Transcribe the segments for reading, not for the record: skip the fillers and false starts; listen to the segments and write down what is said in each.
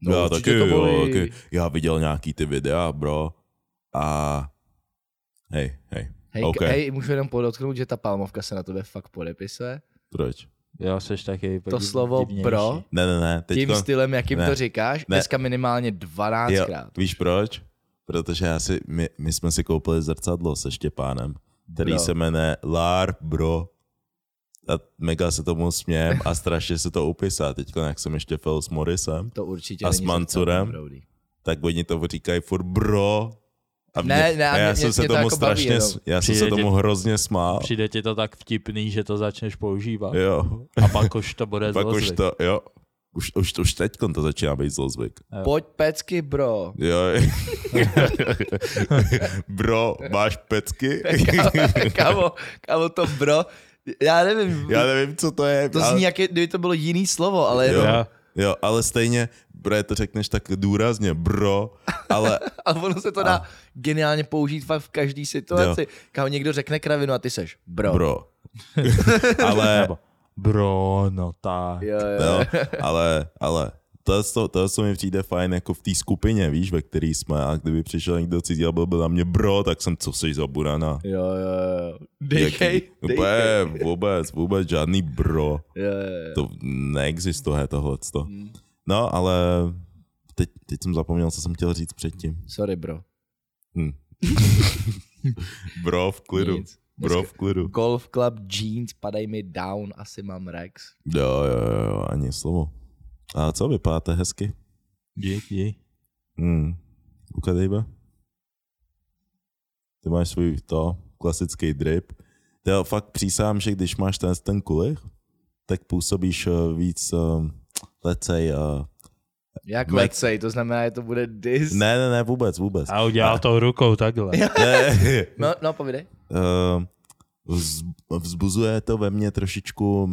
No, já taky jo, taky. já viděl nějaký ty videa, bro. A hej, okay. Hej, můžu jenom podotknout, že ta palmovka se na tebe fakt podepisuje. Proč? Jo, seš taky To slovo divnější. bro, Ne. tím stylem, jakým ne. to říkáš, Ne. dneska minimálně 12krát. Víš proč? Protože my jsme si koupili zrcadlo se Štěpánem, který Bro. se jmenuje Lar Bro. A mega se tomu smějem a strašně se to upisá. Teď, jak jsem ještě fil s Morrisem To určitě a s není Mancurem, zrcadlo, Brody. tak oni to říkají furt bro. A Ne, jsem se mě to tomu jako baví jenom. já jsem se tomu hrozně smál. Přijde ti to tak vtipný, že to začneš používat. Jo. A pak už to bude Pak už zlozvyk. to, jo. Už teďkon to začíná být zlozvyk. Pojď pecky, bro. Jo. Bro, máš pecky? Kámo, to bro, já nevím. Já nevím, co to je. To zní, jak kdyby to bylo jiný slovo, ale Jo, ale stejně, bro, to řekneš tak důrazně, bro, ale... ale ono se to dá geniálně použít fakt v každé situaci. Kámo, někdo řekne kravinu a ty seš bro. Bro. Ale... Bro, no tak. Jo. Ale to mi přijde fajn jako v té skupině, víš, ve který jsme, a kdyby přišel někdo cizí a byl na mě bro, tak jsem, co jsi za burana. Jo. Dejkej. Vůbec žádný bro. Jo. To neexistuje tohleto. No, ale teď jsem zapomněl, co jsem chtěl říct předtím. Sorry, bro. Bro, v klidu. Nic. Bro, v klidu. Golf club, jeans, padaj mi down, asi mám Rex. Jo, ani slovo. A co, vypadáte hezky? Díky. Ukadejbe? Ty máš svůj klasický drip. To fakt přísahám, že když máš ten kulich, tak působíš víc, let's say, Jak let's say, to znamená, že to bude diss? Ne, vůbec. A udělal to rukou takhle. No, povídej. Vzbuzuje to ve mně trošičku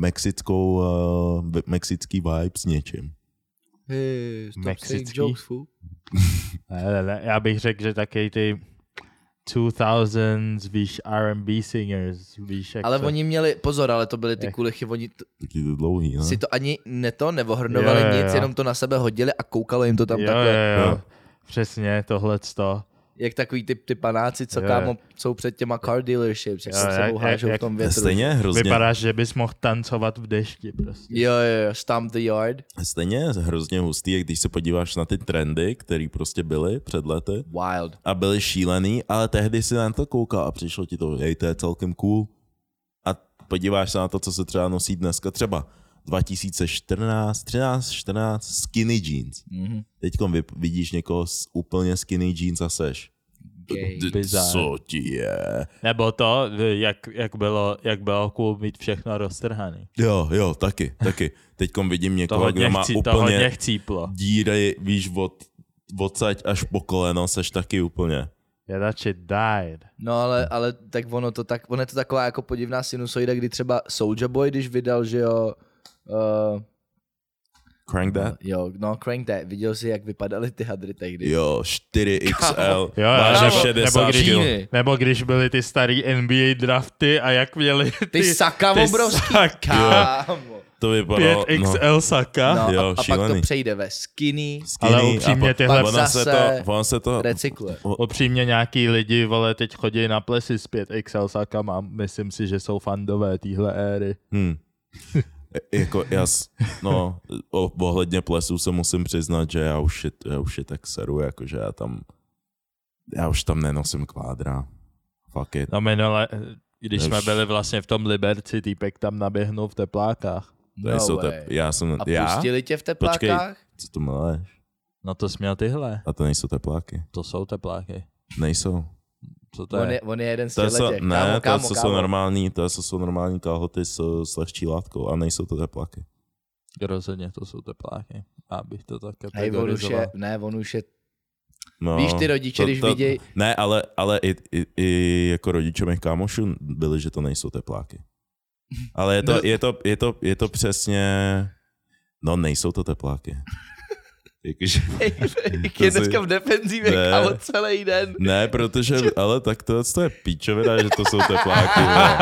mexický vibe s něčím. Hey, stop saying Mexický? jokes, fool. Ne, já bych řekl, že taky ty 2000s, víš, R&B singers, víš, jak Ale se... oni měli, pozor, ale to byly ty kulichy, oni Taky to dlouhý, ne? si to ani nevohrnovali Jo. nic, jenom to na sebe hodili a koukalo jim to tam takhle. Jo. Přesně, tohleto. Jak takový ty panáci, co Jo. kámo jsou před těma car dealerships, jak Jo, se sebou hážou v tom větru. Stejně hrozně, Vypadáš, že bys mohl tancovat v dešti prostě. Jo, stomp the yard. stejně hrozně hustý, jak když se podíváš na ty trendy, které prostě byly před lety Wild. a byly šílený, ale tehdy si na to koukal a přišlo ti to, hej, to je celkem cool. A podíváš se na to, co se třeba nosí dneska, třeba 2014, 14, skinny jeans. Mhm. Teďkom vidíš někoho s úplně skinny jeans a seš. Bizár. Co ti je? Nebo to, jak bylo cool mít všechno roztrhaný. Jo, taky. Teďkom vidím To někoho, kdo má to úplně hodně chcíplo. díry, víš, odsaď až po koleno, seš taky úplně. Yeah, that shit died. No ale tak ono je to taková jako podivná sinusoida, kdy třeba Soulja Boy, když vydal, že jo, Crank that? jo, no Crank That, viděl jsi, jak vypadaly ty hadry tehdy. Jo, 4XL, Jo, váží nebo- 60 nebo když- kg. Nebo když byly ty starý NBA drafty a jak měli Ty saka ty obrovský, saka. kámo. To vypadalo, 5XL saka. No, Jo, a pak šílený. to přejde ve skinny, Ale skinny upřímně a tyhle- ono se to recykluje. Upřímně nějaký lidi, vole, teď chodí na plesy s 5XL sakama. Myslím si, že jsou fandové téhle éry. Jako ohledně plesů se musím přiznat, že já už je tak seru, jakože já už tam nenosím kvádra. Fuck it. No minule, když jsme byli vlastně v tom Liberci, týpek tam naběhnul v teplákách. No way. A pustili tě v teplákách? Co to máš? No to směl tyhle. A to nejsou tepláky. To jsou tepláky. Nejsou. Co to je? On je jeden z To těch. jsou normální kalhoty s lehčí látkou a nejsou to tepláky. Rozhodně to jsou tepláky. Abych to tak Hej, kategorizoval. on už je. No, Víš, ty rodiče, když vidějí. Ne, ale i jako rodiče mých kámošů byli, že to nejsou tepláky. Ale je to přesně... No, nejsou to tepláky. Jakože, Je dneska v defenzívě, kámo, celý den. Ne, protože, ale tak to je píčovina, že to jsou tepláky.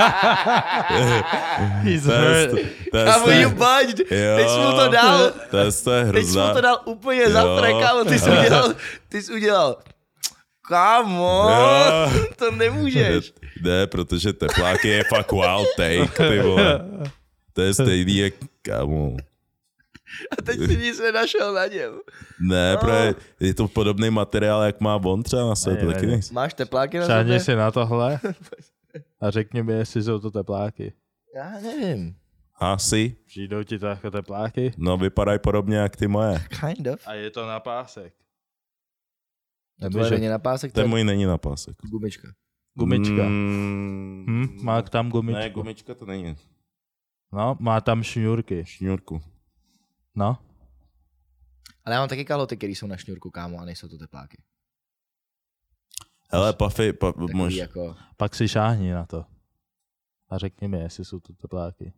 He's hurt. Kámo, you budged. Teď jsi mu to dal. To je hrozná. Teď jsi mu to dal úplně zafre, kámo. Ty jsi udělal. Kámo, to nemůžeš. Ne, protože tepláky je fakt wild take, ty vole. To je stejný jak, kámo. A teď si nic nenašel na něm. Ne, právě je to podobný materiál, jak má on třeba na sebe, taky nejsem. Máš tepláky na Šáhni sobě? si na tohle a řekni mi, jestli jsou to tepláky. Já nevím. Asi? Přijdou ti to jako tepláky? No, vypadají podobně jak ty moje. Kind of. A je to na pásek. To tvoje není na pásek, to Ten je můj není na pásek. gumička. Gumička. Má tam gumičku. Ne, gumička to není. No, má tam šňůrky. Šňůrku. No. Ale já mám taky kalhoty, které jsou na šňůrku, kámo, a nejsou to tepláky. Hele, Puffy, Takový jako... Pak si šáhni na to. A řekni mi, jestli jsou to tepláky.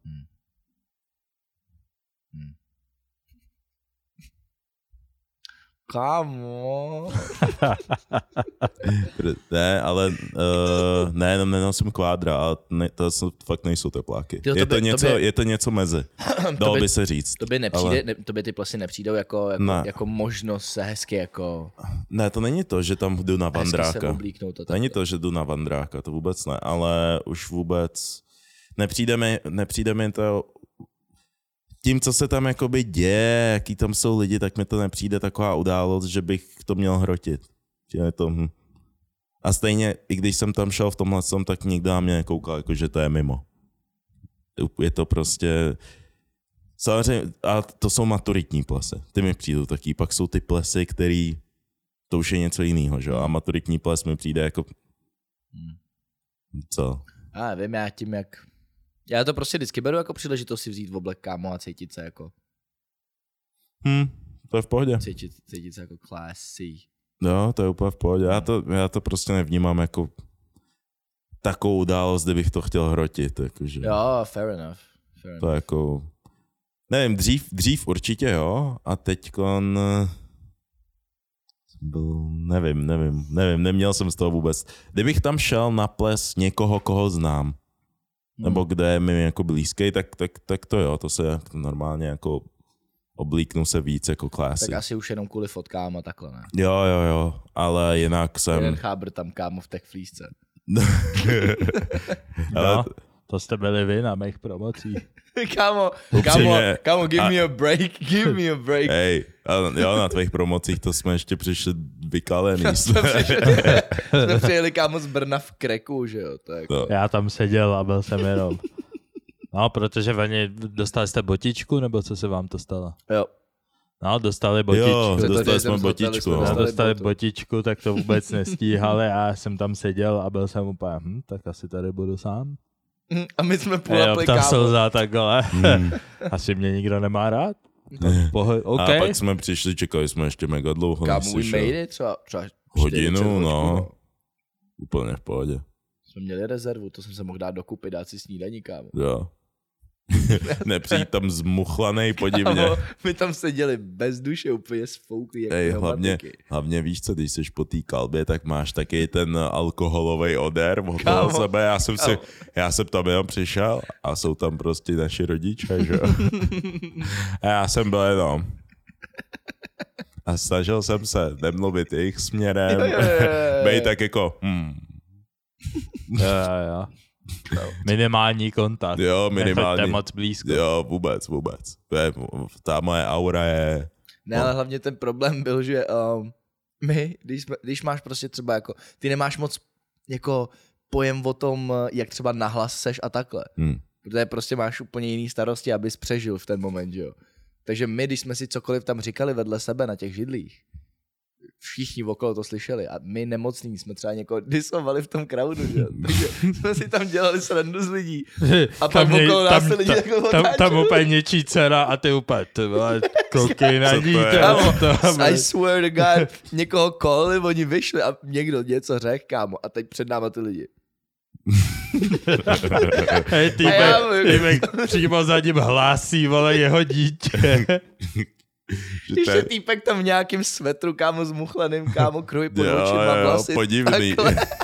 Kámo. Ne, ale ne, nenosím kvádra, ale to fakt nejsou tepláky. Tyjo, Je to něco mezi. Dalo by se říct. To by nepřijde, to by ty plesy nepřijdou jako možnost se hezky jako... Ne, to není to, že tam jdu na vandráka. To není to, že jdu na vandráka, to vůbec ne, ale už vůbec nepřijde mi to... Tím, co se tam jakoby děje, jaký tam jsou lidi, tak mi to nepřijde taková událost, že bych to měl hrotit. Je to, A stejně, i když jsem tam šel v tomhle, tak nikdo na mě nekoukal, jako, že to je mimo. Je to prostě... Samozřejmě, a to jsou maturitní plesy. Ty mi přijdou taky. Pak jsou ty plesy, který... To už je něco jiného, že? A maturitní ples mi přijde jako... Co? Já vím, já tím jak... Já to prostě vždycky beru jako příležitost si vzít v oblek, kámo, a cítit se jako... To je v pohodě. Cítit se jako classy. Jo, to je úplně v pohodě. Já to prostě nevnímám jako takovou událost, kdybych to chtěl hrotit. Jakože. Jo, fair enough. To je jako... Nevím, dřív určitě jo, a teďkon... Nevím, neměl jsem z toho vůbec. Kdybych tam šel na ples někoho, koho znám, nebo kde je mi jako blízký, tak to jo, to se normálně jako oblíknu se víc jako classy. Tak asi už jenom kvůli fotkám a takhle, ne? Jo, ale jinak jsem... Jeden chábr tam, kámo, v tech flízce. No, to jste byli vy na mých promocích. Kámo, give me a break. Hej, jo, na tvých promocích to jsme ještě přišli vykalený. jsme přijeli, kámo, z Brna v Kreku, že jo? Tak. No. Já tam seděl a byl jsem jenom. No, protože oni dostali jste botičku, nebo co se vám to stalo? Jo. No, dostali botičku. Jo, dostali jsme botičku. Dostali botičku, tak to vůbec nestíhali a já jsem tam seděl a byl jsem úplně, tak asi tady budu sám. A my jsme půlapli, kámo. kámo. Slza takhle. Asi mě nikdo nemá rád. Okay. A pak jsme přišli, čekali jsme ještě mega dlouho. Kámo, we made it třeba hodinu, no. Úplně v pohodě. Jsme měli rezervu, to jsem se mohl dát dokupy, dát si snídaní, kámo. Jo. Nepřijít tam zmuchlanej podivně. Kámo, my tam seděli bez duše, úplně sfouklí. Hlavně víš co, když jsi po té kalbě, tak máš taky ten alkoholový odér okolo sebe. Já jsem tam jenom přišel a jsou tam prostě naši rodiče, že jo. A já jsem byl jenom. A snažil jsem se nemluvit jejich směrem. Bej tak jako, Jo. Minimální kontakt. Jo, minimální. Nechoďte moc blízko. Jo, vůbec. Ta moje aura je... Ne, ale hlavně ten problém byl, že my, když máš prostě třeba jako, ty nemáš moc jako pojem o tom, jak třeba nahlas seš a takhle. Protože prostě máš úplně jiný starosti, abys přežil v ten moment, že jo. Takže my, když jsme si cokoliv tam říkali vedle sebe na těch židlích, všichni okolo to slyšeli a my nemocní jsme třeba někoho disovali v tom crowdu, že? Takže jsme si tam dělali srandu z lidí a pak okolo nás se lidi jako otáčeli. Tam úplně něčí dcera a ty úplně, ty vole, koukej na dítě. I swear to God, někoho kolili, oni vyšli a někdo něco řekl, kámo, a teď před náma ty lidi. Hej, týpek přímo za ním hlásí, vole, jeho dítě. Když je týpek tam v nějakým svetru, kámo, zmuchleným, kámo, kruhy pod očima, vlasy. Podivný.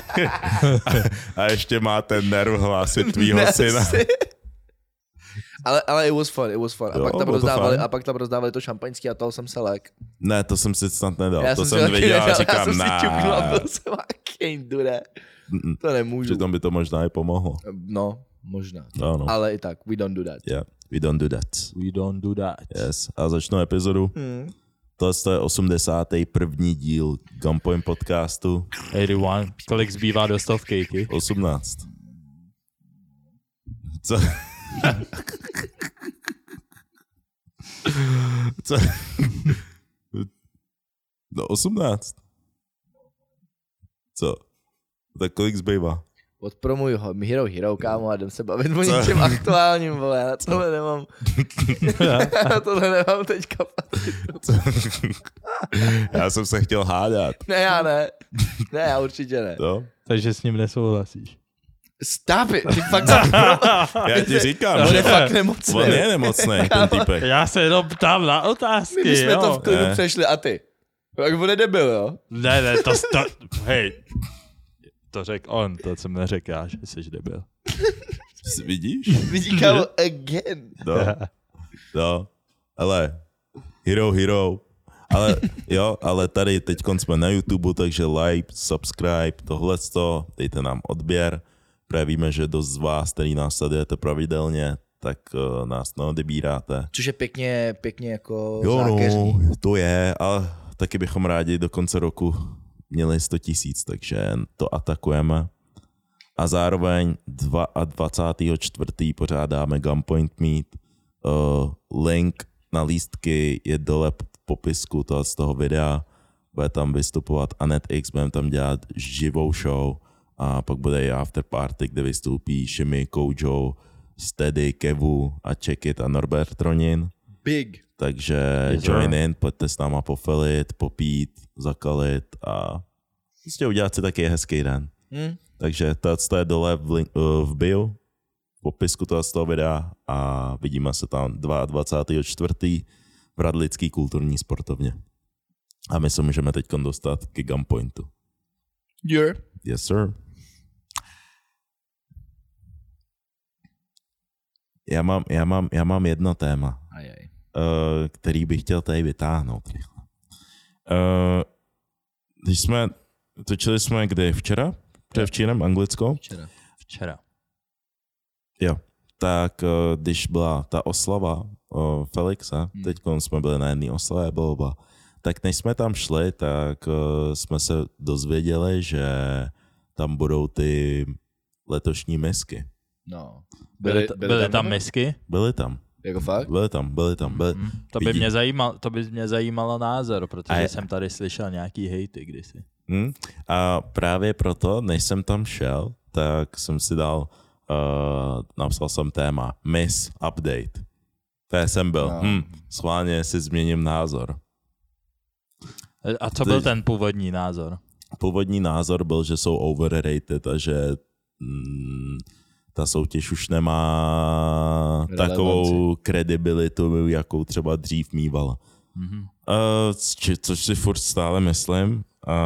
A ještě má ten nerv hlásit tvýho syna. Ale it was fun. Jo, A pak tam rozdávali to šampaňský a toho jsem se lek. Ne, to jsem si snad nedal. Já to jsem viděl a říkám, já jsem si ťuknul a byl jsem can't do that. To nemůžu. Přitom by to možná i pomohlo. No, možná. No. Ale i tak, we don't do that. Yeah, we don't do that. We don't do that. Yes. A začnu epizodu. Tohle je 81. díl Gunpoint podcastu. 81. Kolik zbývá do stovky? 18. Co? Co? No 18. Co? Tak kolik zbývá? Odpromuj ho, Hero, kámo, a jdem se bavit o něčem aktuálním, vole, já tohle nemám teď kapacitu. Já jsem se chtěl hádat. Ne, já určitě ne. To? Takže s ním nesouhlasíš. Stop it, ty fakt Já ti říkám, on že je fakt nemocný. On je nemocný, ten týpek. Já se jenom ptám na otázky, My jsme jo. to v klidu přešli a ty. Jak on je debil, jo? Ne, hej. To řekl on, to jsem neřekl já, že jsi debil. Vidíš? Vidí, kámo, again. No. Ale hero. Ale tady teď jsme na YouTube, takže like, subscribe, tohleto, dejte nám odběr. Protože víme, že dost z vás, který nás sledujete pravidelně, tak nás neodebíráte. Což je pěkně jako zákeřný. No, to je, ale taky bychom rádi do konce roku měli 100 000, takže to atakujeme. A zároveň 22.4. pořádáme Gunpoint Meet. Link na lístky je dole v popisku z toho videa. Bude tam vystupovat Anet X, budeme tam dělat živou show a pak bude i after party, kde vystoupí Shimi, Kojo, Steady, Kevu a Check It a Norbert Ronin. Big. Takže join in, pojďte s náma pofelit, popít, zakalit a prostě udělat si taky hezký den. Takže to je dole v bio, v popisku z toho videa a vidíme se tam 22.4. v Radlický kulturní sportovně. A my se můžeme teď dostat k Gunpointu. Yeah. Yes, sir. Já mám jedno téma, který bych chtěl tady vytáhnout. Když točili jsme kdy? Včera? Předevčírem Anglicko? Včera. Jo. Tak když byla ta oslava Felixa, teď jsme byli na jedné oslavě, tak než jsme tam šli, tak jsme se dozvěděli, že tam budou ty letošní misky. No. Byly tam misky? Byly tam. Jako fakt? Byly tam. To by mě zajímalo názor, protože jsem tady slyšel nějaký hejty kdysi. A právě proto, než jsem tam šel, tak jsem si dal, napsal jsem téma Miss Update. To jsem byl. Schválně si změním názor. A co byl ten původní názor? Původní názor byl, že jsou overrated a že ta soutěž už nemá takovou kredibilitu, jakou třeba dřív mývala. Což si furt stále myslím.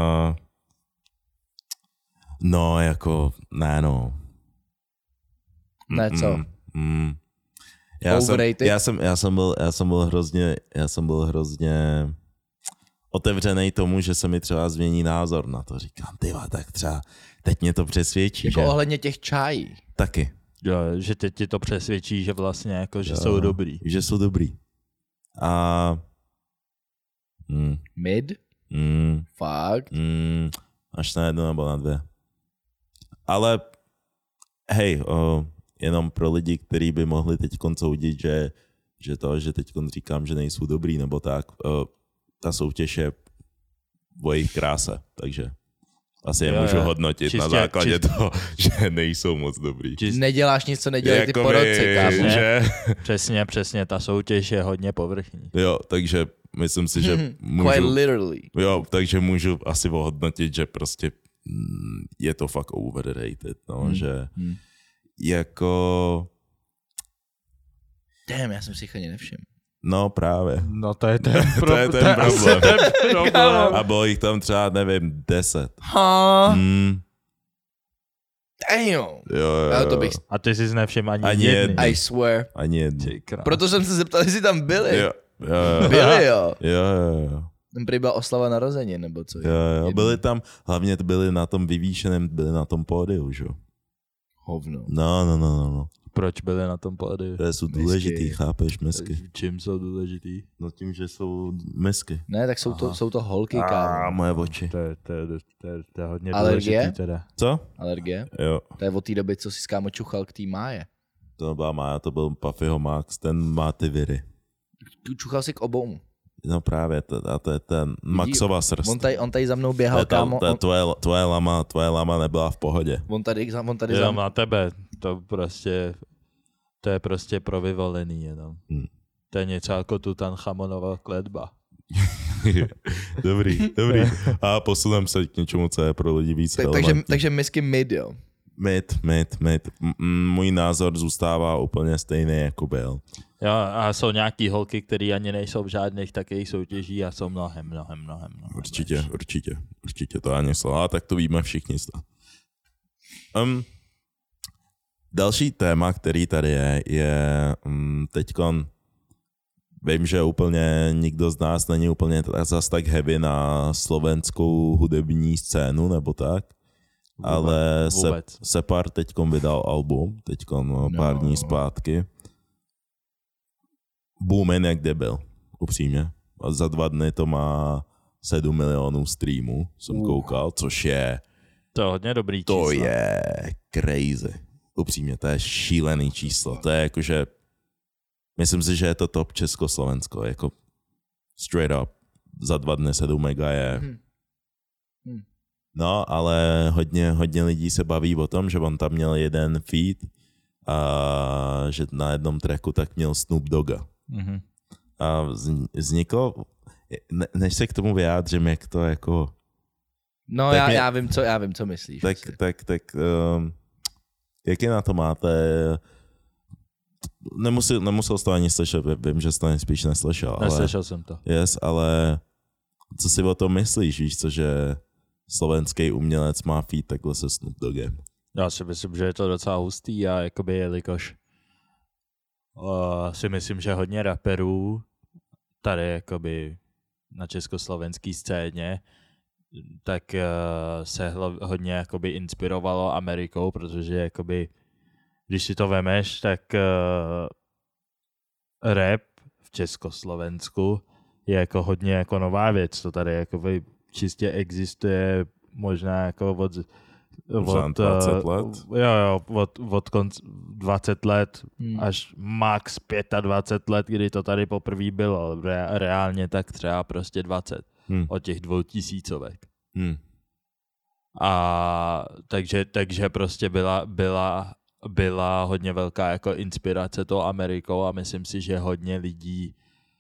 Ne, co? Overrated? Já jsem byl hrozně otevřený tomu, že se mi třeba změní názor na to. Říkám, tyva, tak třeba teď mě to přesvědčí. Jako že? ohledně těch čají. Taky. Jo, že teď ti to přesvědčí, že vlastně jako, že jsou dobrý. Že jsou dobrý. A... Mid? Fakt? Až na 1 nebo na 2. Ale hej, jenom pro lidi, kteří by mohli teď soudit, že teď říkám, že nejsou dobrý, nebo tak, ta soutěž je o jejich kráse, takže asi je můžu hodnotit na základě toho, že nejsou moc dobrý. Neděláš nic, co nedělají ty porodci, kámo. Přesně, ta soutěž je hodně povrchní. Jo, takže myslím si, že můžu... Quite literally. Jo, takže můžu asi ohodnotit, že prostě je to fakt overrated, no, že jako... Damn, já jsem si jich ani nevšiml. No právě. No to je ten, To je ten problém. problém. A bylo jich tam třeba, nevím, 10. Ha, Mm, damn. jo. Ale to bych, A ty jsi nevšiml ani Ani jedný. jedný. I swear. Ani jedný. Ty krás. Proto jsem se zeptal, jestli tam byli. Jo. Byli, jo. Jo. Tam prý byla oslava narozenin, nebo co? Jo. Byli tam, hlavně byli na tom vyvýšeném, byli na tom pódiu, že jo. Hovno. No. Proč byli na tom pódiu? To jsou důležitý, chápeš, misky. Čím jsou důležitý? No tím, že jsou misky. Ne, tak jsou to holky, kámo. Moje oči. To je hodně Alergie? důležitý teda. Co? Alergie? Jo. To je od té doby, co si s kámo čuchal k té máje. To nebyla Mája, to byl Puffyho Max, ten má ty viry. Čuchal si k obou. No právě, a to je ten Maxova srst. On tady za mnou běhal, kámo. Tvoje lama nebyla v pohodě. On tady za Jenom mnou. na tebe, to je prostě pro vyvolený jenom. To je něco jako Tutanchamonova kletba. Dobrý. A posunem se k něčemu, co je pro lidi víc Takže misky mid, jo. Mid. Můj názor zůstává úplně stejný, jako byl. Jo, a jsou nějaký holky, které ani nejsou v žádných takových soutěží a jsou mnohem. Určitě To ani slova, tak to víme všichni. Další téma, který tady je teďkon, vím, že úplně nikdo z nás není úplně zas tak heavy na slovenskou hudební scénu, nebo tak, ale Separ teďkon vydal album, pár dní zpátky. Boomin jak debil, upřímně. A za 2 dny to má 7 milionů streamů, jsem koukal, což je... To je hodně dobrý číslo. To je crazy. Upřímně, to je šílený číslo. To je jakože... Myslím si, že je to top Československo. Jako straight up. Za 2 dny 7 mega je... No, ale hodně lidí se baví o tom, že on tam měl jeden feat a že na jednom tracku tak měl Snoop Dogga. Mm-hmm. A vzniklo... Než se k tomu vyjádřím, jak to jako... No tak já vím, co myslíš. Tak jaký na to máte? Nemusel jsi to ani slyšet, vím, že jsi to spíš neslyšel. Neslyšel jsem to. Yes, ale co si o tom myslíš, víš co, že slovenský umělec má feat takhle se Snoop Doggem? Já si myslím, že je to docela hustý a jakoby jelikož si myslím, že hodně raperů tady jakoby na československé scéně tak se hodně jakoby inspirovalo Amerikou, protože jakoby, když si to vemeš, tak rap v Československu je jako hodně jako nová věc. To tady jakoby čistě existuje možná jako od 20 let? Jo, od konce 20 let až max 25 let, kdy to tady poprvé bylo. Reálně tak třeba prostě 20 od těch 2000. A takže prostě byla hodně velká jako inspirace tou Amerikou a myslím si, že hodně lidí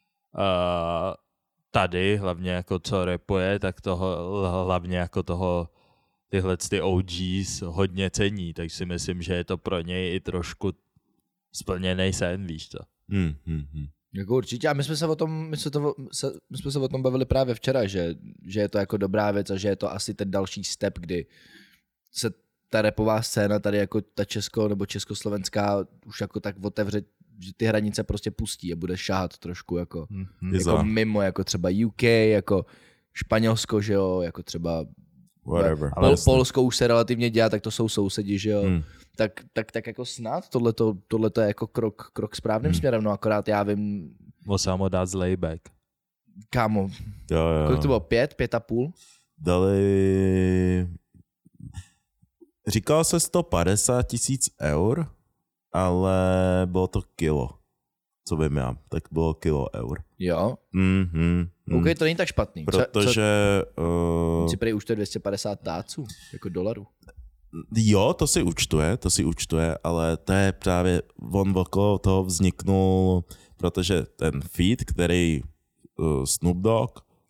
tady, hlavně jako co rapuje, tak toho hlavně jako toho tyhle ty OGs hodně cení, takže si myslím, že je to pro něj i trošku splněnej sen, víš co. Jako určitě, a my jsme se o tom bavili právě včera, že je to jako dobrá věc a že je to asi ten další step, kdy se ta rapová scéna tady jako ta nebo československá už jako tak otevře, že ty hranice prostě pustí a bude šáhat trošku jako mimo, jako třeba UK, jako Španělsko, že jo, jako třeba whatever. Polsko už se relativně dělá, tak to jsou sousedi, že jo. Tak jako snad tohleto je jako krok správným směrem, no akorát já vím... Osamo dát z layback. Kámo, jo. Kolik to bylo? 5,5? Dali... Říkal se 150 000 eur, ale bylo to kilo. Co vím já, tak bylo kilo eur. Jo? OK, to není tak špatný. Protože... Si prej účtuje 250 táců, jako dolarů. Jo, to si účtuje, ale to je právě, on okolo toho vzniknul, protože ten feat, který Snoop Dogg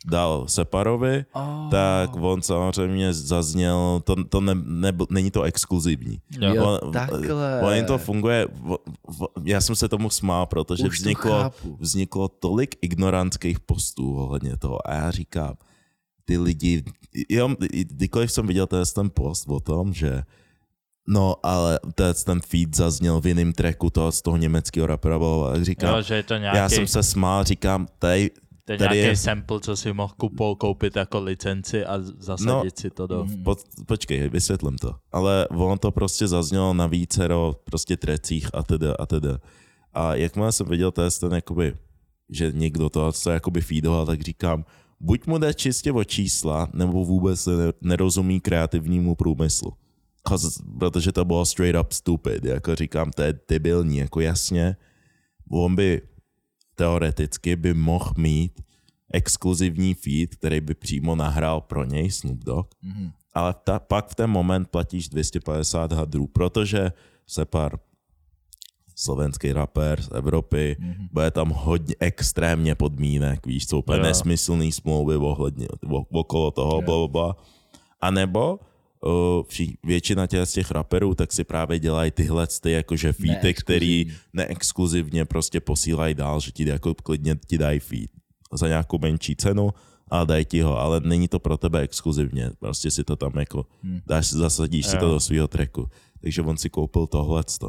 dal Separovi, tak on samozřejmě zazněl, není to exkluzivní. Jo, takhle. On to funguje, já jsem se tomu smál, protože vzniklo tolik ignorantských postů ohledně toho a já říkám, ty lidi, kdykoliv jsem viděl ten post o tom, že no, ale ten feed zazněl v jiném tracku z toho německého rapera, a říkám, jo, že je to nějaký, já jsem se smál, říkám, tady nějaký je sample, co si mohl koupit jako licenci a zasadit si to do... Počkej, vysvětlím to. Ale ono to prostě zaznělo na vícero prostě trecích a teda. A jakmile jsem viděl ten jakoby, že někdo to jakoby feedoval, tak říkám, buď mu jde čistě o čísla, nebo vůbec nerozumí kreativnímu průmyslu. Protože to bylo straight up stupid, jako říkám, to je debilní, jako jasně, on by teoreticky mohl mít exkluzivní feed, který by přímo nahrál pro něj Snoop Dogg, ale pak v ten moment platíš 250 hadrů, protože Separ, slovenský rapper z Evropy, bude tam hodně extrémně podmínek, víš, jsou úplně nesmyslný smlouvy okolo toho, blablabla. A nebo většina těch raperů tak si právě dělají tyhle jakože feedy, který neexkluzivně prostě posílají dál, že ti jako klidně ti dají feed za nějakou menší cenu a dají ti ho, ale není to pro tebe exkluzivně, prostě si to tam jako zasadíš si to do svého tracku. Takže on si koupil tohleto.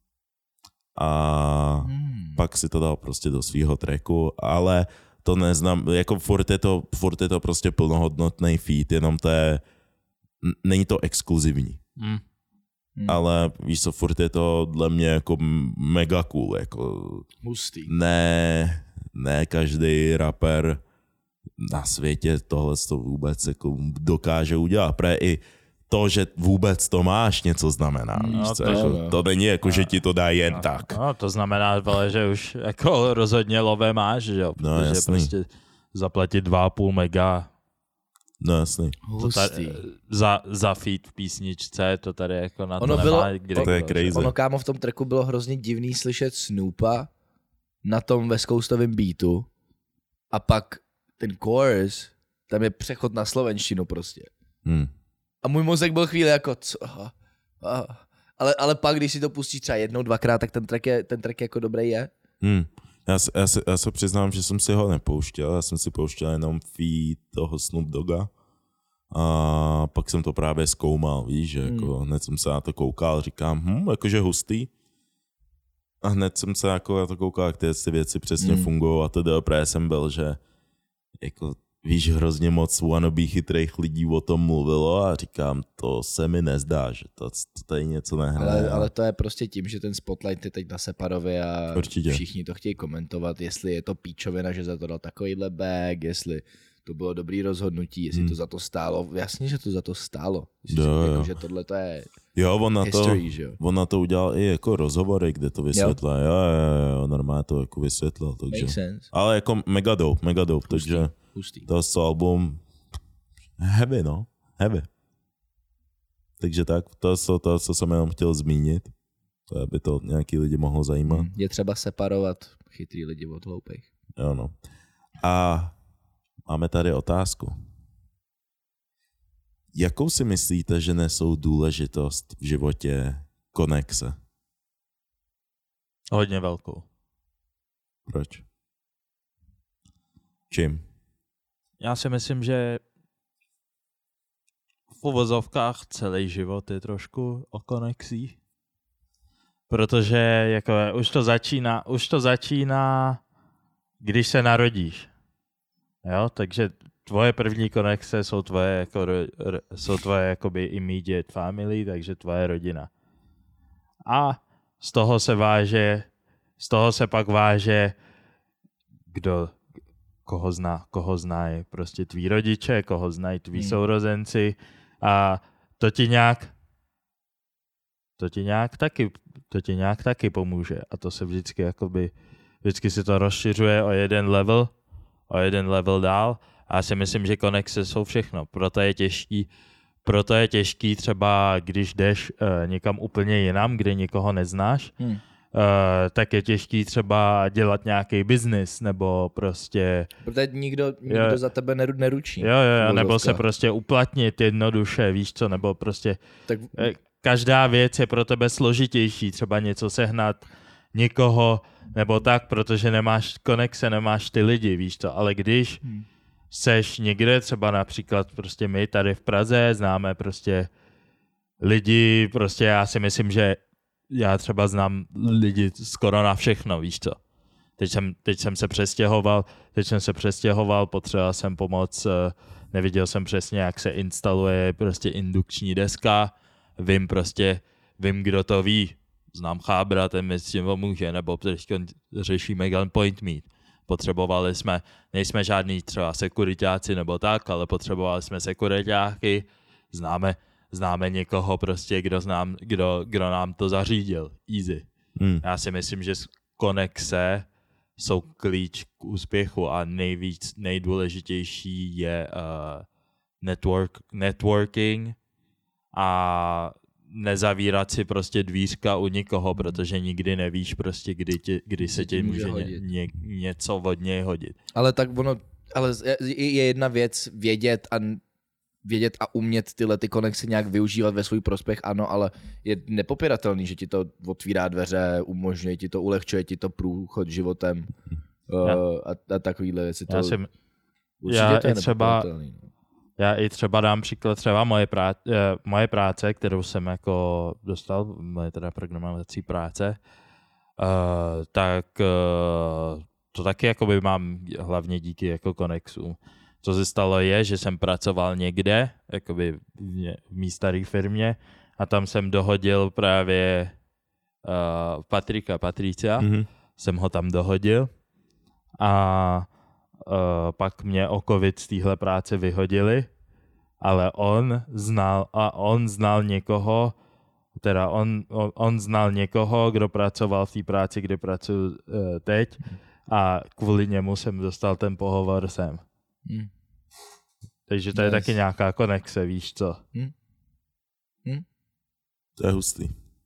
A pak si to dal prostě do svého tracku, ale to neznám, jako furt je to prostě plnohodnotný feed, jenom to je není to exkluzivní. Ale víš co, furt je to dle mě jako mega cool. Jako hustý. Ne každý rapper na světě tohle to vůbec jako dokáže udělat. Protože i to, že vůbec to máš, něco znamená. Víš co? To není jako, že ti to dá jen tak. No, to znamená, že už jako rozhodně lové máš, že jo? No, protože jasný. prostě zaplatit 2,5 mega no jasný. Za feed v písničce, to tady jako na to ono nemá to je crazy. Ono, kámo, v tom tracku bylo hrozně divný slyšet Snoopa na tom West Coastovém beatu a pak ten chorus, tam je přechod na slovenštinu prostě. A můj mozek byl chvíli jako, co? Ale pak, když si to pustíš třeba jednou, dvakrát, tak ten track jako dobrý je. Já se přiznám, že jsem si ho nepouštěl, já jsem si pouštěl jenom feed toho Snoop Dogga a pak jsem to právě zkoumal, víš, že jako hned jsem se na to koukal, říkám, jakože hustý a hned jsem se jako na to koukal, jak ty věci přesně fungují a teda právě jsem byl, že jako víš, hrozně moc wannabe chytrých lidí o tom mluvilo a říkám, to se mi nezdá, že to tady něco nehraje. Ale to je prostě tím, že ten spotlight je teď na Separovi a určitě. Všichni to chtějí komentovat, jestli je to píčovina, že za to dal takovýhle bag, jestli to bylo dobrý rozhodnutí, jestli to za to stálo. Jasně, že to za to stálo. Jako, že tohle to je history, on na to udělal i jako rozhovory, kde to vysvětlil. Jo, normálně to jako vysvětlil. Takže. Ale jako mega dope, takže hustý. To album heavy. Takže tak, to, co jsem jenom chtěl zmínit, to by to nějaký lidi mohlo zajímat. Je třeba separovat chytrý lidi od hloupých. Jo, no. A máme tady otázku. Jakou si myslíte, že nesou důležitost v životě konexe? Hodně velkou. Proč? Čím? Já si myslím, že v uvozovkách celý život je trošku o konexích. Protože jako už to začíná, když se narodíš. Jo, takže tvoje první konexe jsou tvoje jakoby immediate family, takže tvoje rodina. A z toho se pak váže koho znají prostě tví rodiče, koho znají tví sourozenci a to ti nějak taky pomůže a to se vždycky se to rozšiřuje o jeden level dál a já si myslím, že konexe jsou všechno, proto je těžký třeba, když jdeš někam úplně jinam, kde nikoho neznáš, tak je těžký třeba dělat nějaký biznis, nebo prostě... Protože nikdo za tebe neručí. Jo, nebo se prostě uplatnit jednoduše, víš co, nebo prostě... Tak... Každá věc je pro tebe složitější, třeba něco sehnat, někoho, nebo tak, protože nemáš konexe, nemáš ty lidi, víš co, ale když seš někde, třeba například prostě my tady v Praze známe prostě lidi, prostě já si myslím, že já třeba znám lidi skoro na všechno, víš co. Teď jsem se přestěhoval, potřeboval jsem pomoc, neviděl jsem přesně, jak se instaluje prostě indukční deska, vím, kdo to ví, znám Chábra, ten mi s tím pomůže, nebo řešíme Gunpoint Meet. Potřebovali jsme, nejsme žádný třeba sekuritáci nebo tak, ale potřebovali jsme sekuritáky, známe někoho prostě, kdo nám to zařídil. Easy. Já si myslím, že konexe jsou klíč k úspěchu a nejdůležitější je networking a nezavírat si prostě dvířka u nikoho, protože nikdy nevíš prostě, kdy se ti může něco od něj hodit. Ale tak je jedna věc vědět a umět tyhle ty konexe nějak využívat ve svůj prospěch, ano, ale je nepopiratelný, že ti to otvírá dveře, umožňuje ti to, ulehčuje ti to průchod životem a takovýhle věci. Já i třeba dám příklad třeba moje práce, kterou jsem jako dostal, moje teda programovací práce, tak to taky jakoby mám hlavně díky jako konexům. Co se stalo je, že jsem pracoval někde, jakoby v mý staré firmě a tam jsem dohodil právě Patricia, jsem ho tam dohodil a pak mě o covid z téhle práce vyhodili, ale on znal někoho, teda on znal někoho, kdo pracoval v té práci, kde pracuji teď a kvůli němu jsem dostal ten pohovor sem. Takže to je taky nějaká konexe, víš co? To je hustý.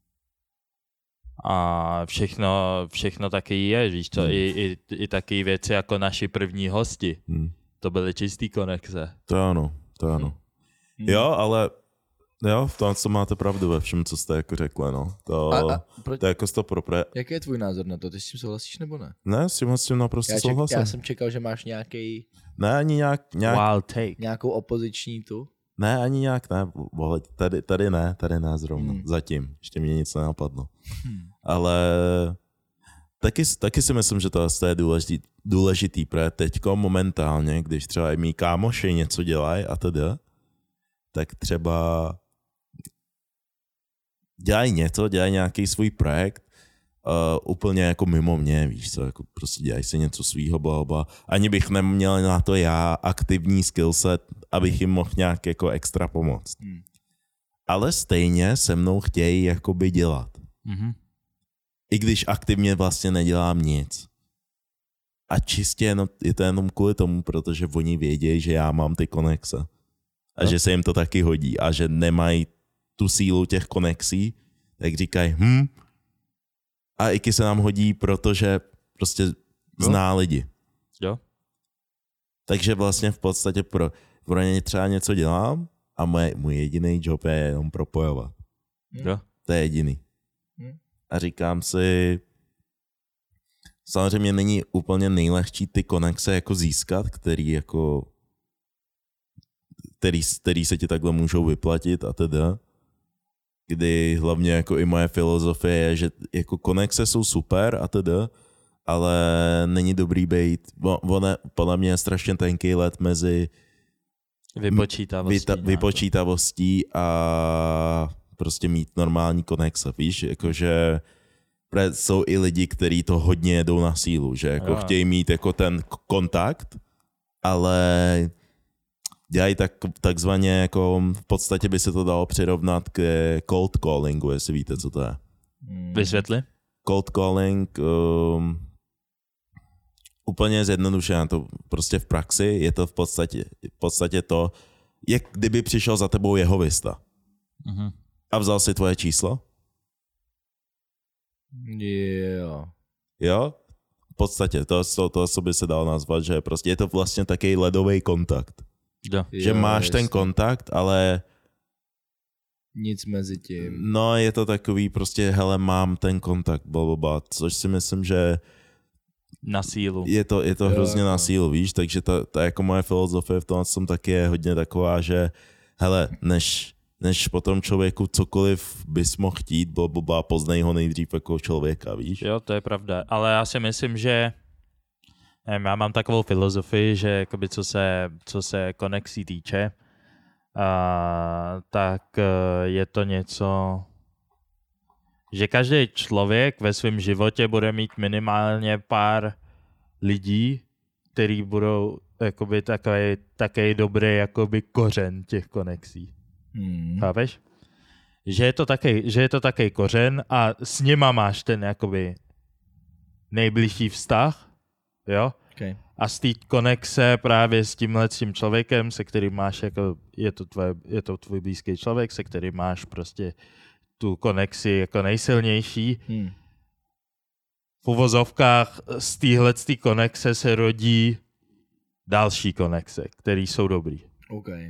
A všechno taky je, víš co? I taky věci jako naši první hosti. To byly čistý konexe. To ano. Jo, ale jo, v tom, co máte pravdu ve všem, co jste jako řekli, no. To je jako 100%. Jaký je tvůj názor na to? Ty s tím souhlasíš nebo ne? Ne, s tím naprosto souhlasím. Já jsem čekal, že máš nějaký... Ne, ani nějak... Wild take. Nějakou opoziční tu? Ne, ani nějak ne. Tady ne, tady ne zrovna. Zatím. Ještě mě nic nenapadlo. Ale taky si myslím, že to je důležitý, protože teďko momentálně, když třeba i mý kámoši něco dělají a teda, tak třeba dělají nějaký svůj projekt, úplně jako mimo mě, víš co, jako prostě dělají si něco svýho, blablabla. Ani bych neměl na to já aktivní skillset, abych jim mohl nějak jako extra pomoct. Ale stejně se mnou chtějí jakoby dělat. I když aktivně vlastně nedělám nic. A čistě je to jenom kvůli tomu, protože oni vědějí, že já mám ty konexe. A že se jim to taky hodí. A že nemají tu sílu těch konexí, tak říkají, a Iky se nám hodí, protože prostě zná lidi. Jo. Takže vlastně v podstatě pro ně třeba něco dělám a můj jediný job je jenom propojovat. Jo. To je jediný. A říkám si, samozřejmě není úplně nejlehčí ty konexe jako získat, který se ti takhle můžou vyplatit a teda. Kdy hlavně jako i moje filozofie je, že jako konexe jsou super a teda, ale není dobrý být, podle mě je strašně tenký let mezi vypočítavostí a prostě mít normální konexe, víš, jakože jsou i lidi, kteří to hodně jedou na sílu, že jako chtějí mít jako ten kontakt, ale dělají takzvaně jako v podstatě by se to dalo přirovnat k cold callingu, jestli víte, co to je. Vysvětli. Cold calling, úplně zjednodušené to prostě v praxi, je to v podstatě to, jak kdyby přišel za tebou jehovista a vzal si tvoje číslo Jo. Jo? V podstatě, to co by se dalo nazvat, že prostě je to vlastně takový ledový kontakt. Jo. Že máš ten kontakt, ale nic mezi tím. No, je to takový prostě, hele, mám ten kontakt, blablabla, což si myslím, že na sílu. Je to hrozně na sílu, víš, takže ta jako moje filozofie v tom jsem taky je hodně taková, že hele, než potom člověku cokoliv bys mohl chtít, blablabla, poznej ho nejdřív jako člověka, víš. Jo, to je pravda, ale já si myslím, že nevím, já mám takovou filozofii, že jakoby co se konexí týče, tak je to něco, že každý člověk ve svém životě bude mít minimálně pár lidí, který budou jakoby takový dobrý jakoby kořen těch konexí. Chápeš? Že je to takový kořen a s nima máš ten jakoby nejbližší vztah, jo? Okay. A z té konexe právě s tímhle člověkem, se kterým máš, jako je to tvůj blízký člověk, se kterým máš prostě tu konexi jako nejsilnější. V uvozovkách z téhleté konexe se rodí další konexe, které jsou dobrý. Okay.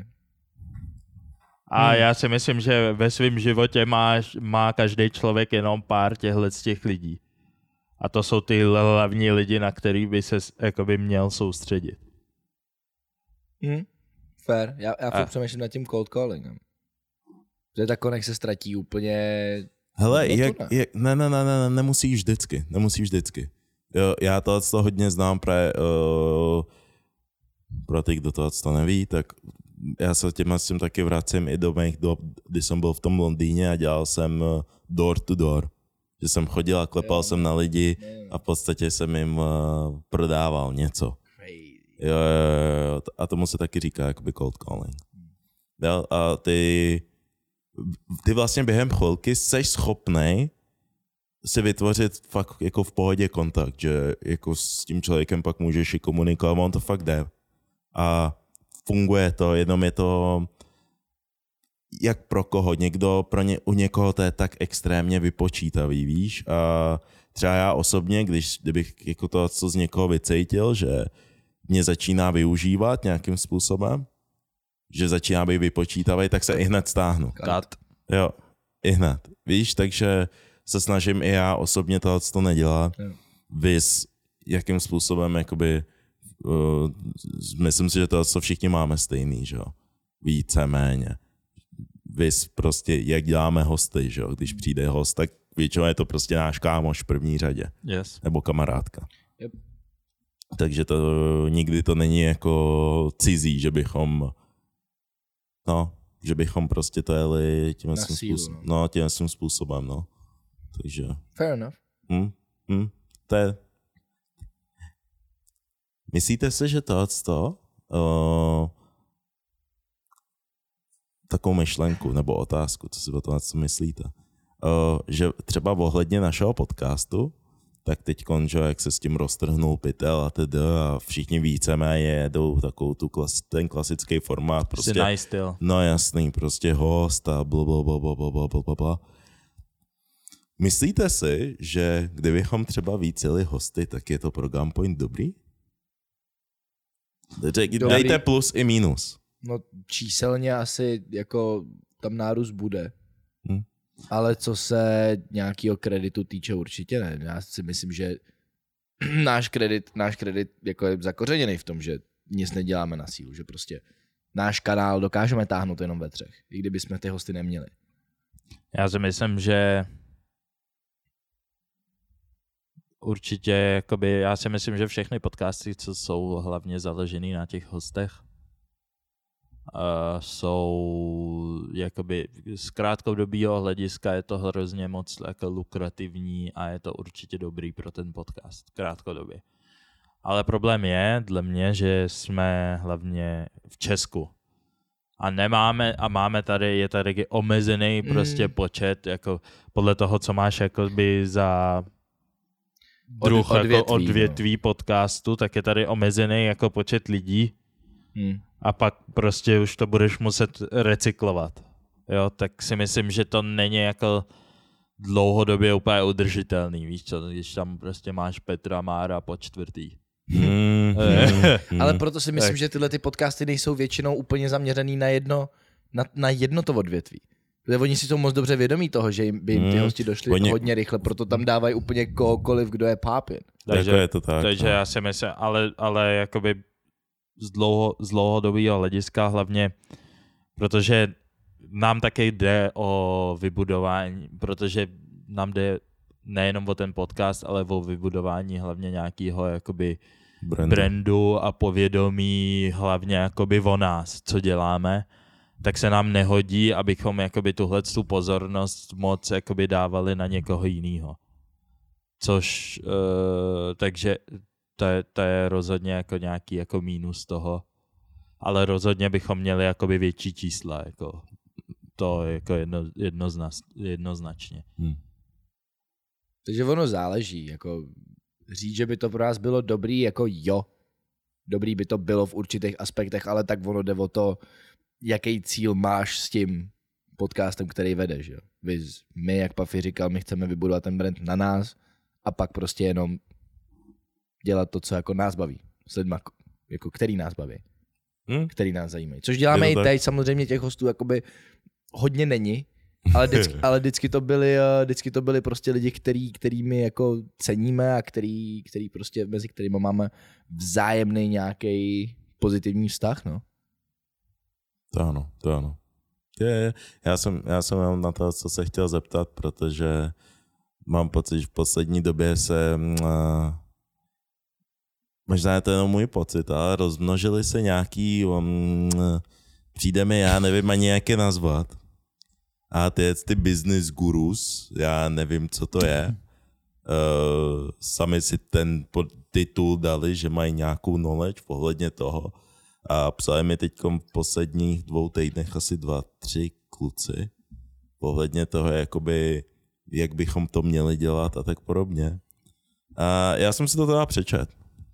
A já si myslím, že ve svém životě má každý člověk jenom pár těch lidí. A to jsou ty hlavní lidi, na který by se jakoby měl soustředit. Fair. Já fakt přemýšlím nad tím cold callingem. Že ta konexe se ztratí úplně... Hele, ne, nemusíš vždycky. Jo, já to hodně znám pro ty, kdo to neví, tak já se s tím taky vracím i do mých dob, kdy jsem byl v tom Londýně a dělal jsem door to door. Že jsem chodil a klepal jsem na lidi a v podstatě jsem jim prodával něco. Jo, a tomu se taky říká jakoby cold calling. Jo, a ty vlastně během chvilky seš schopnej si vytvořit fakt jako v pohodě kontakt, že jako s tím člověkem pak můžeš i komunikovat, on to fakt jde. A funguje to, jenom je to jak pro koho, u někoho to je tak extrémně vypočítavý, víš, a třeba já osobně, kdybych jako to co z někoho vycítil, že mě začíná využívat nějakým způsobem, že začíná být vypočítavý, tak se i hned stáhnu. Cut. Jo, i hned, víš, takže se snažím i já osobně to nedělat, vys jakým způsobem, jakoby, myslím si, že to, co všichni máme stejný, že jo, víceméně. Vys prostě, jak děláme hosty, že jo? Když přijde host, tak většinou je to prostě náš kámoš v první řadě. Yes. Nebo kamarádka. Yep. Takže to nikdy to není jako cizí, že bychom prostě to jeli tím způsobem, no. Takže... Fair enough. To je... Myslíte si, že tohleto takovou myšlenku nebo otázku, co si o tom myslíte, že třeba ohledně našeho podcastu, tak teď jak se s tím roztrhnul pytel a teda a všichni víceméně jedou takovou ten klasický formát. Prostě nice styl. No jasný, prostě host a blablabla. Myslíte si, že kdybychom třeba víc jeli hosty, tak je to pro Gunpoint dobrý? Dejte plus i minus. No číselně asi jako tam nárůst bude. Ale co se nějakého kreditu týče, určitě ne. Já si myslím, že náš kredit jako je zakořeněný v tom, že nic neděláme na sílu, že prostě náš kanál dokážeme táhnout jenom ve 3, i kdyby jsme ty hosty neměli. Já si myslím, že určitě, jakoby, já si myslím, že všechny podcasty, co jsou hlavně založený na těch hostech, jsou jakoby z krátkodobého hlediska je to hrozně moc jako lukrativní a je to určitě dobrý pro ten podcast krátkodobě. Ale problém je, dle mě, že jsme hlavně v Česku a máme tady, je tady omezený prostě počet, jako podle toho, co máš jakoby za druh odvětví podcastu, tak je tady omezený jako počet lidí. A pak prostě už to budeš muset recyklovat. Jo, tak si myslím, že to není jako dlouhodobě úplně udržitelný, víš co, když tam prostě máš Petra Mára po čtvrtý. Ale proto si myslím, že tyhle ty podcasty nejsou většinou úplně zaměřený na jedno to odvětví. Protože oni si jsou moc dobře vědomí toho, že by jim ty hosti došli hodně rychle, proto tam dávají úplně kohokoliv, kdo je pápin. Takže je to tak. Takže já si myslím, ale jakoby z dlouhodobého hlediska hlavně, protože nám taky jde o vybudování, protože nám jde nejenom o ten podcast, ale o vybudování hlavně nějakého jakoby brandu a povědomí hlavně jakoby o nás, co děláme, tak se nám nehodí, abychom jakoby tuhletu pozornost moc jakoby dávali na někoho jiného. Což, takže to je rozhodně jako nějaký jako mínus toho, ale rozhodně bychom měli jakoby větší čísla, jako to jako jednoznačně. Takže ono záleží, jako říct, že by to pro nás bylo dobrý, jako jo, dobrý by to bylo v určitých aspektech, ale tak ono jde o to, jaký cíl máš s tím podcastem, který vedeš, jo. My, jak Puffy říkal, my chceme vybudovat ten brand na nás a pak prostě jenom dělat to, co jako nás baví. S lidma, jako který nás baví. Který nás zajímají. Což děláme i teď, samozřejmě těch hostů jakoby hodně není, ale vždycky to byli prostě lidi, který my jako ceníme a který prostě mezi kterými máme vzájemný nějaký pozitivní vztah, no. To ano. Já jsem jenom na to, co se chtěl zeptat, protože mám pocit, že v poslední době se možná je to jenom můj pocit, ale rozmnožili se nějaký, přijde mi, já nevím ani jak je nazvat, a ty business gurus, já nevím, co to je, sami si ten titul dali, že mají nějakou knowledge ohledně toho a psali mi teď v posledních 2 týdnech asi 2-3 kluci ohledně toho, jakoby, jak bychom to měli dělat a tak podobně. A já jsem si to teda přečet.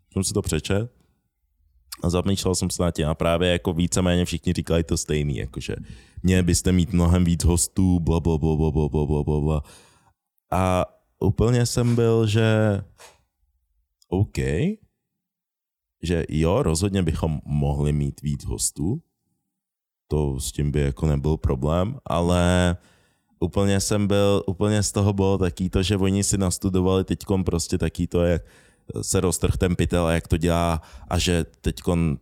A zamýšlel jsem se na tím a právě jako víceméně všichni říkali to stejný, jakože měli byste mít mnohem víc hostů, blablabla. A úplně jsem byl, že OK, že jo, rozhodně bychom mohli mít víc hostů, to s tím by jako nebyl problém, ale úplně z toho bylo taky to, že oni si nastudovali teďkom prostě taky to, jak se roztrh ten pytel a jak to dělá a že teďkon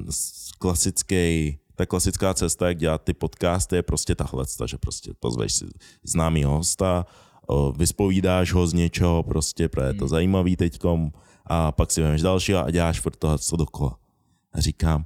ta klasická cesta, jak dělat ty podcasty, je prostě tahle, že prostě pozveš si známýho hosta, vyspovídáš ho z něčeho, prostě, protože je to zajímavý teďkom a pak si vemeš dalšího a děláš furt toho, co dokola. A říkám,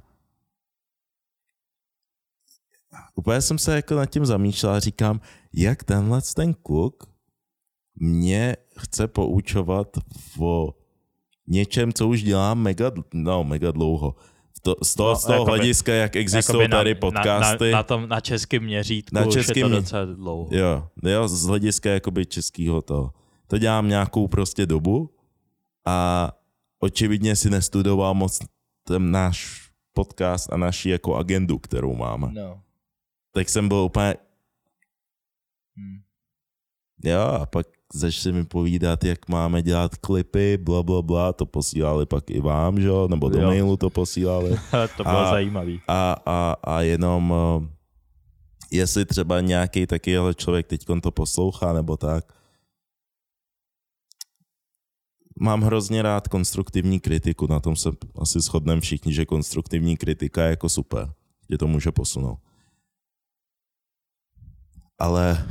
úplně jsem se jako nad tím zamýšlel a říkám, jak ten kluk mě chce poučovat o něčem, co už dělám mega dlouho. Z toho hlediska, jak existují tady podcasty. Na českém měřítku už je to docela dlouho. Jo, z hlediska jakoby českého toho. To dělám nějakou prostě dobu a očividně si nestudoval moc ten náš podcast a naši jako agendu, kterou máme. No. Tak jsem byl úplně... Jo, a pak začali mi povídat, jak máme dělat klipy, blablabla, to posílali pak i vám, že jo, nebo do mailu to posílali. To bylo zajímavý. A jenom, jestli třeba nějaký takovýhle člověk teďkon to poslouchá, nebo tak. Mám hrozně rád konstruktivní kritiku, na tom se asi shodneme všichni, že konstruktivní kritika je jako super, že to může posunout. Ale...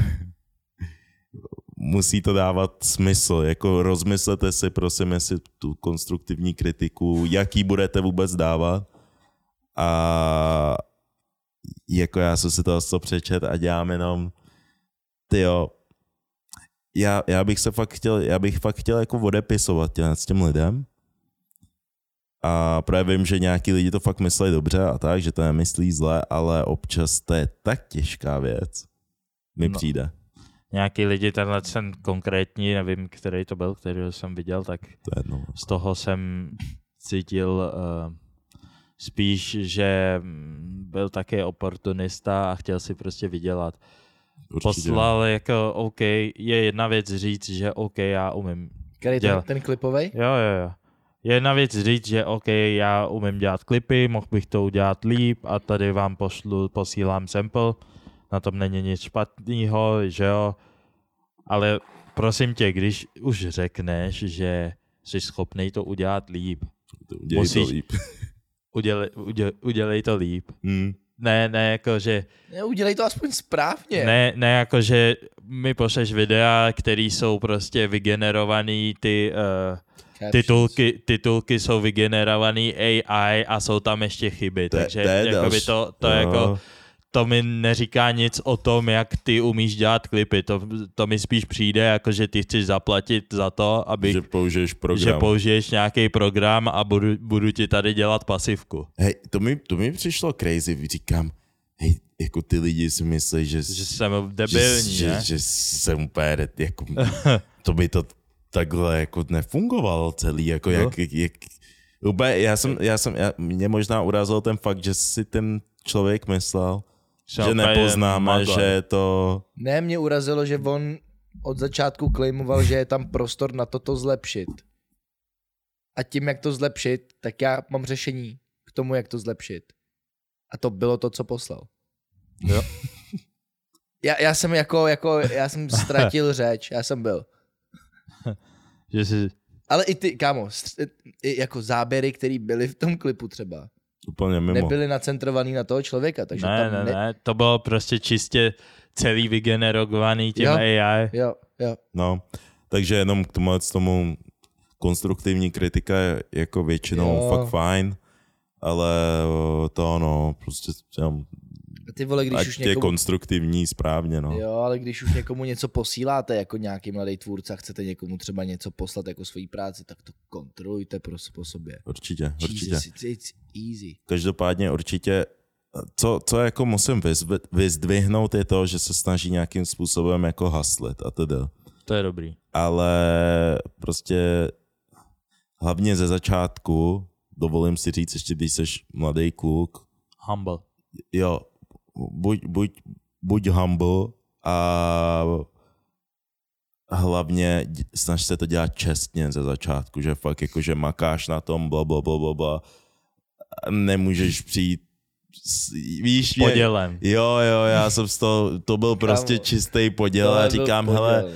musí to dávat smysl, jako rozmyslete si, prosím, jestli tu konstruktivní kritiku, jaký budete vůbec dávat a jako já jsem si to přečet a dělám jenom já bych fakt chtěl jako odepisovat s těm lidem a právě vím, že nějaký lidi to fakt myslí dobře a tak, že to nemyslí zle, ale občas to je tak těžká věc, mi přijde. Nějaký lidi, tenhle ten konkrétní, nevím, který to byl, který jsem viděl, tak z toho jsem cítil spíš, že byl taky oportunista a chtěl si prostě vydělat. poslal jako OK, je jedna věc říct, že OK, já umím Který ten klipovej? Jo. Je jedna věc říct, že OK, já umím dělat klipy, mohl bych to udělat líp a tady vám posílám sample, na tom není nic špatného, že jo, ale prosím tě, když už řekneš, že jsi schopnej to udělat líp, udělej to líp. Ne, jako že... Udělej to aspoň správně. Ne, jako že mi pošleš videa, které jsou prostě vygenerovaný, ty titulky jsou vygenerovaný AI a jsou tam ještě chyby, takže jakoby to jako... To mi neříká nic o tom, jak ty umíš dělat klipy. To mi spíš přijde, jako že ty chceš zaplatit za to, aby... Že použiješ nějaký program a budu ti tady dělat pasivku. Hej, to mi přišlo crazy. Říkám, hej, jako ty lidi si myslí, že jsem debilní, že jsem úplně, jako, to by to takhle jako nefungovalo celý, jako jak mě možná urazil ten fakt, že si ten člověk myslel, že nepoznáme, že to... Ne, mě urazilo, že on od začátku claimoval, že je tam prostor na to zlepšit. A tím, jak to zlepšit, tak já mám řešení k tomu, jak to zlepšit. A to bylo to, co poslal. Jo. Já jsem ztratil řeč, já jsem byl. Že jsi... Ale i ty, kámo, jako záběry, které byly v tom klipu třeba, úplně mimo. Nebyly nacentrovaný na toho člověka, takže ne, to bylo prostě čistě celý vygenerovaný tím AI. Jo. No, takže jenom k tomu konstruktivní kritika je jako většinou fakt fajn, ale to prostě ty vole, když už je konstruktivní správně, no. Jo, ale když už někomu něco posíláte jako nějaký mladý tvůrce a chcete někomu třeba něco poslat jako svoji práci, tak to kontrolujte po sobě. Určitě. It's easy. Každopádně určitě, co jako musím vyzdvihnout je to, že se snaží nějakým způsobem jako hustlit a teda. To je dobrý. Ale prostě hlavně ze začátku, dovolím si říct, ještě když jsi mladý kluk. Humble. Jo, buď humble a hlavně snaž se to dělat čestně ze začátku, že fakt jako, že makáš na tom blablabla, nemůžeš přijít víš, podělem. Jo, já jsem z toho, to byl prostě čistý poděl a říkám, hele,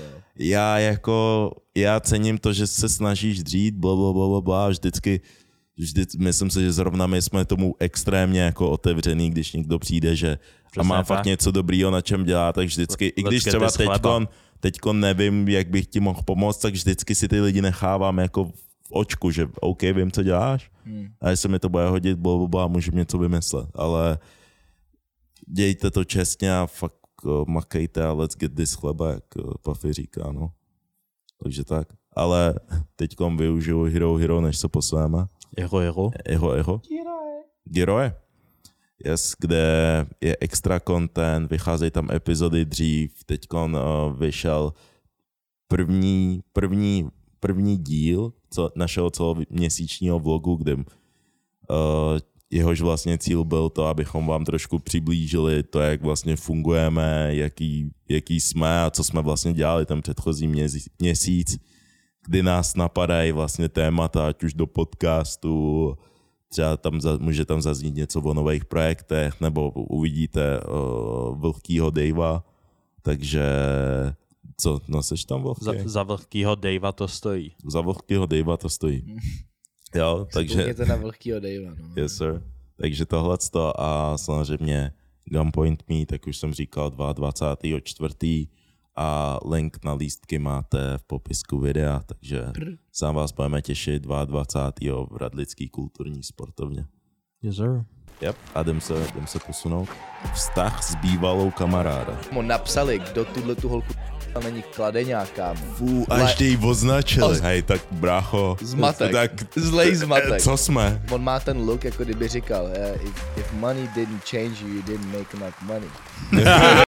já cením to, že se snažíš dřít, blablabla, vždycky myslím si, že zrovna my jsme tomu extrémně jako otevřený, když někdo přijde, že a má fakt něco dobrýho, na čem dělá, tak vždycky, i když třeba teďkon nevím, jak bych ti mohl pomoct, tak vždycky si ty lidi nechávám jako v očku, že OK, vím, co děláš, a jestli mi to bude hodit, blablabla, můžu něco vymyslet, ale dějte to čestně a fakt makejte a let's get this chleba, jak Puffy říká, no. Takže tak. Ale teďkom využiju Hero, než se posuneme. Jeho. Giroje. Yes, kde je extra content, vycházejí tam epizody dřív, teďkon vyšel první díl našeho celoměsíčního vlogu, kde jehož vlastně cíl byl to, abychom vám trošku přiblížili to, jak vlastně fungujeme, jaký jsme a co jsme vlastně dělali ten předchozí měsíc, kdy nás napadají vlastně témata, ať už do podcastu, třeba může tam zaznít něco o nových projektech, nebo uvidíte Vlhkýho Davea, takže co, nosíš tam Vlhký? Za Vlhkýho Davea to stojí. Za Vlhkýho Davea to stojí. Jo, takže... Vzpomněte na Vlhkýho Davea, no. Yes, sir. Takže tohleto a samozřejmě Gunpoint Me, tak už jsem říkal 22.4. a link na lístky máte v popisku videa, takže sám vás budeme těšit 22. v Radlický kulturní sportovně. Yes, sir. Yep, a jdem se posunout. Vztah s bývalou kamaráda. Napsali, kdo tu holku není kladeňáka. Až ty ji označili. Hej, tak brácho. Zmatek. Zlej zmatek. Co jsme? On má ten look, jako kdyby říkal, if money didn't change you, you didn't make enough money.